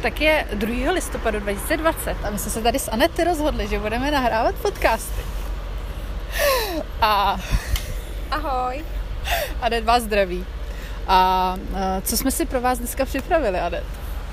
Tak je 2. listopadu 2020 a my jsme se tady s Anety rozhodli, že budeme nahrávat podcasty. A ahoj. Anet vás zdraví. A co jsme si pro vás dneska připravili, Anet?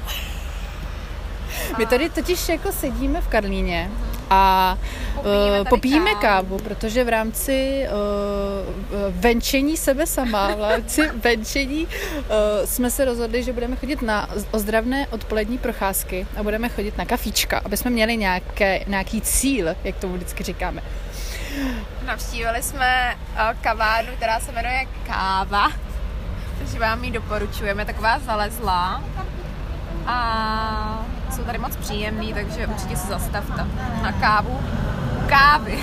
My tady totiž jako sedíme v Karlíně a popijeme kávu, protože v rámci venčení sebe sama, v rámci venčení jsme se rozhodli, že budeme chodit na ozdravné odpolední procházky a budeme chodit na kafíčka, aby jsme měli nějaký cíl, jak tomu vždycky říkáme. Navštívili jsme kavárnu, která se jmenuje Káva, takže vám ji doporučujeme, taková zalezlá a jsou tady moc příjemný, takže určitě se zastavte na kávu kávy.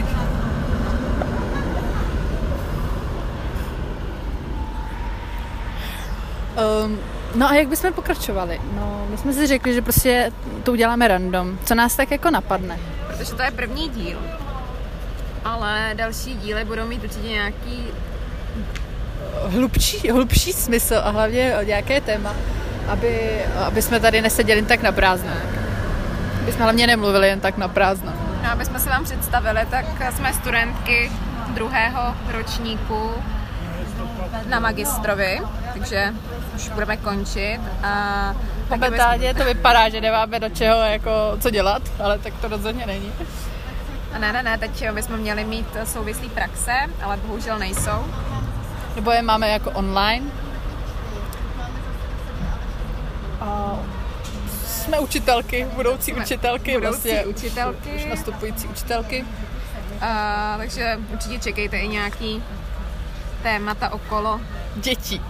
No a jak bychom pokračovali? No, my jsme si řekli, že prostě to uděláme random, co nás tak jako napadne. Protože to je první díl, ale další díly budou mít určitě nějaký hlubší smysl a hlavně nějaké téma, aby jsme tady neseděli jen tak na prázdno. Aby jsme hlavně nemluvili jen tak na prázdno. No, aby jsme se vám představili, tak jsme studentky 2. ročníku na magistrovi, takže už budeme končit. A momentálně to vypadá, že nemáme do čeho jako co dělat, ale tak to rozhodně není. A ne, teď bychom měli mít souvislý praxe, ale bohužel nejsou. Nebo je máme jako online. A jsme učitelky, budoucí učitelky. Už nastupující učitelky. Takže určitě čekejte i nějaký témata okolo dětí.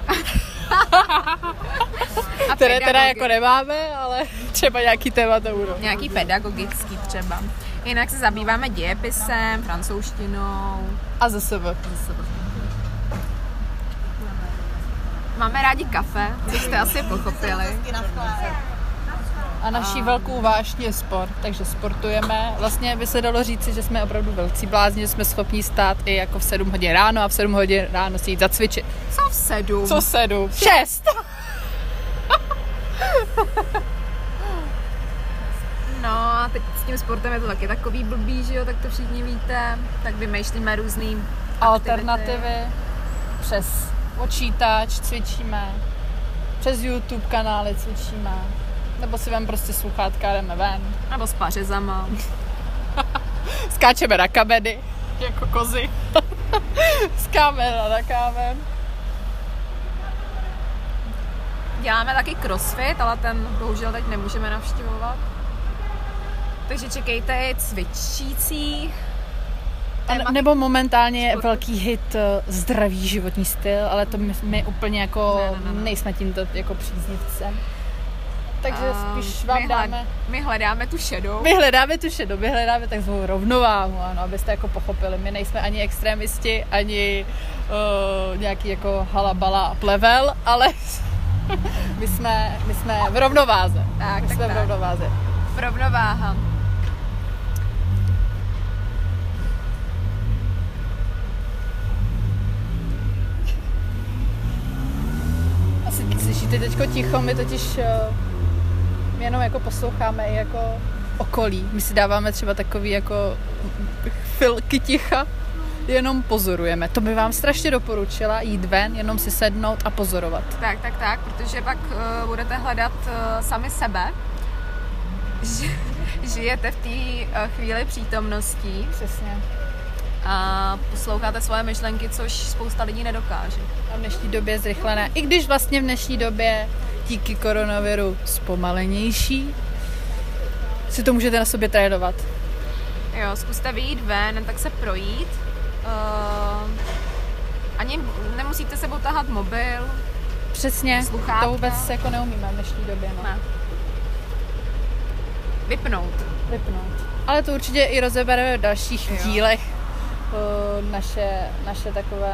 Které teda jako nemáme, ale třeba nějaký témata budou. Nějaký pedagogický třeba. Jinak se zabýváme dějepisem, francouzštinou. A ZSV. Máme rádi kafe, což jste asi pochopili. A naší velkou vášní je sport, takže sportujeme. Vlastně by se dalo říci, že jsme opravdu velcí blázni, že jsme schopní stát i jako v 7 hodin ráno a v 7 hodin ráno si jít zacvičit. Co v 7? Co 7? 6! No a teď s tím sportem je to taky takový blbý, že jo, tak to všichni víte. Tak vymýšlíme různý alternativy. Přes počítač cvičíme, přes YouTube kanály cvičíme, nebo si vem prostě sluchátka a jdeme ven. Nebo s pařezama. Skáčeme na kameny, jako kozy. Z kámena na kámen. Děláme taky crossfit, ale ten bohužel teď nemůžeme navštěvovat. Takže čekejte cvičící. Nebo momentálně je velký hit zdravý životní styl, ale to my úplně jako nejsme tímto jako příznivcem. Takže spíš vám dáme... My hledáme tu šedou. My hledáme takzvanou rovnováhu, ano, abyste jako pochopili. My nejsme ani extrémisti, ani nějaký jako halabala a plevel, ale my jsme v rovnováze. Tak. V rovnováze. Rovnováha. Slyšíte teďko ticho, my totiž jenom jako posloucháme i jako okolí. My si dáváme třeba takový jako chvilky ticha, jenom pozorujeme. To by vám strašně doporučila jít ven, jenom si sednout a pozorovat. Tak, protože pak budete hledat sami sebe. Žijete v té chvíli přítomností. Přesně. A posloucháte svoje myšlenky, což spousta lidí nedokáže. A v dnešní době zrychlené. I když vlastně v dnešní době díky koronaviru zpomalenější, si to můžete na sobě trénovat. Jo, zkuste vyjít ven, tak se projít. Ani nemusíte sebou tahat mobil. Přesně, sluchátka. To vůbec jako neumíme v dnešní době. No. Ne. Vypnout. Ale to určitě i rozebereme v dalších dílech. Naše takové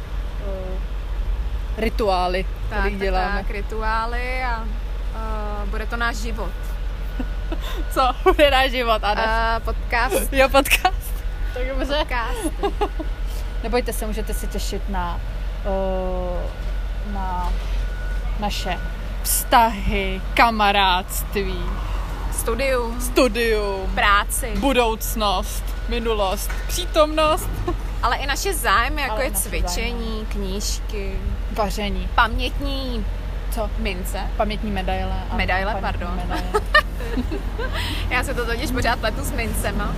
rituály, které děláme. Tak, rituály a bude to náš život. Co? Bude náš život, Anet? Podcast. Jo, podcast. Tak dobře. Podcast. Nebojte se, můžete si těšit na naše vztahy, kamarádství, studium, práci, budoucnost, minulost, přítomnost. Ale i naše zájmy, jako je cvičení, knížky, vaření, pamětní mince. Pamětní medaile. Medaile, pardon. Medaile. Já se to totiž pořád pletu s mincema.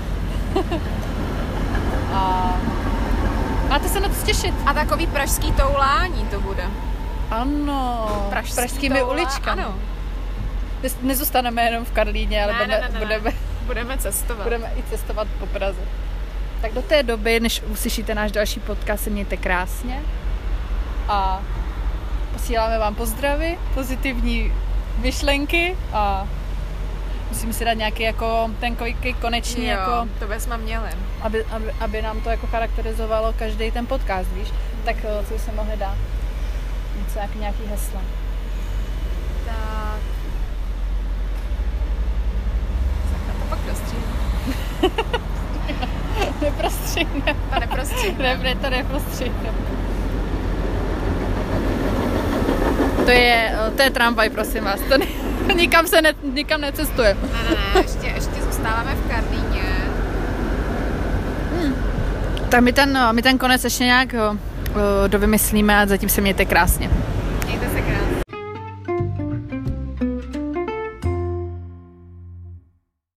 A máte se na to těšit. A takový pražský toulání to bude. Ano, pražskými uličkami. Ano. Nezůstaneme jenom v Karlíně, ale budeme cestovat. Budeme i cestovat po Praze. Tak do té doby, než uslyšíte náš další podcast, se mějte krásně a posíláme vám pozdravy, pozitivní myšlenky a musíme si dát nějaký jako ten konečný, jako, to bychom měli. Aby nám to jako charakterizovalo každý ten podcast, víš? Tak co se mohli dát? Něco jako nějaký hesla. Tak. To pak dostříhne. Neprostříhne. To neprostříhne. To neprostříhne. To je tramvaj, prosím vás. To nikam necestuje. Ne, ještě zůstáváme v Karlíně. Tak my ten konec ještě nějak dovymyslíme a zatím se mějte krásně. Mějte se krásně.